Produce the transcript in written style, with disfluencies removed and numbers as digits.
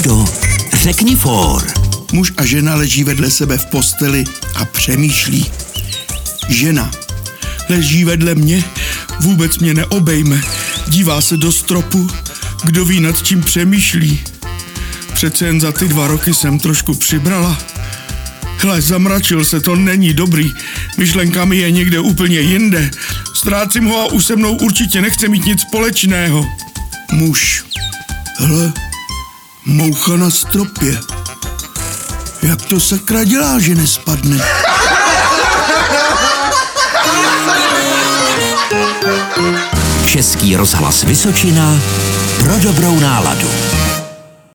Fredo, řekni for. Muž a žena leží vedle sebe v posteli a přemýšlí. Žena leží vedle mě, vůbec mě neobejme, dívá se do stropu, kdo ví, nad čím přemýšlí. Přece jen za ty 2 roky jsem trošku přibrala. Hle, zamračil se, to není dobrý. Myšlenkami je někde úplně jinde. Ztrácím ho a už se mnou určitě nechce mít nic společného. Muž. Hele, moucha na stropě. Jak to sakra dělá, že nespadne? Český rozhlas Vysočina pro dobrou náladu.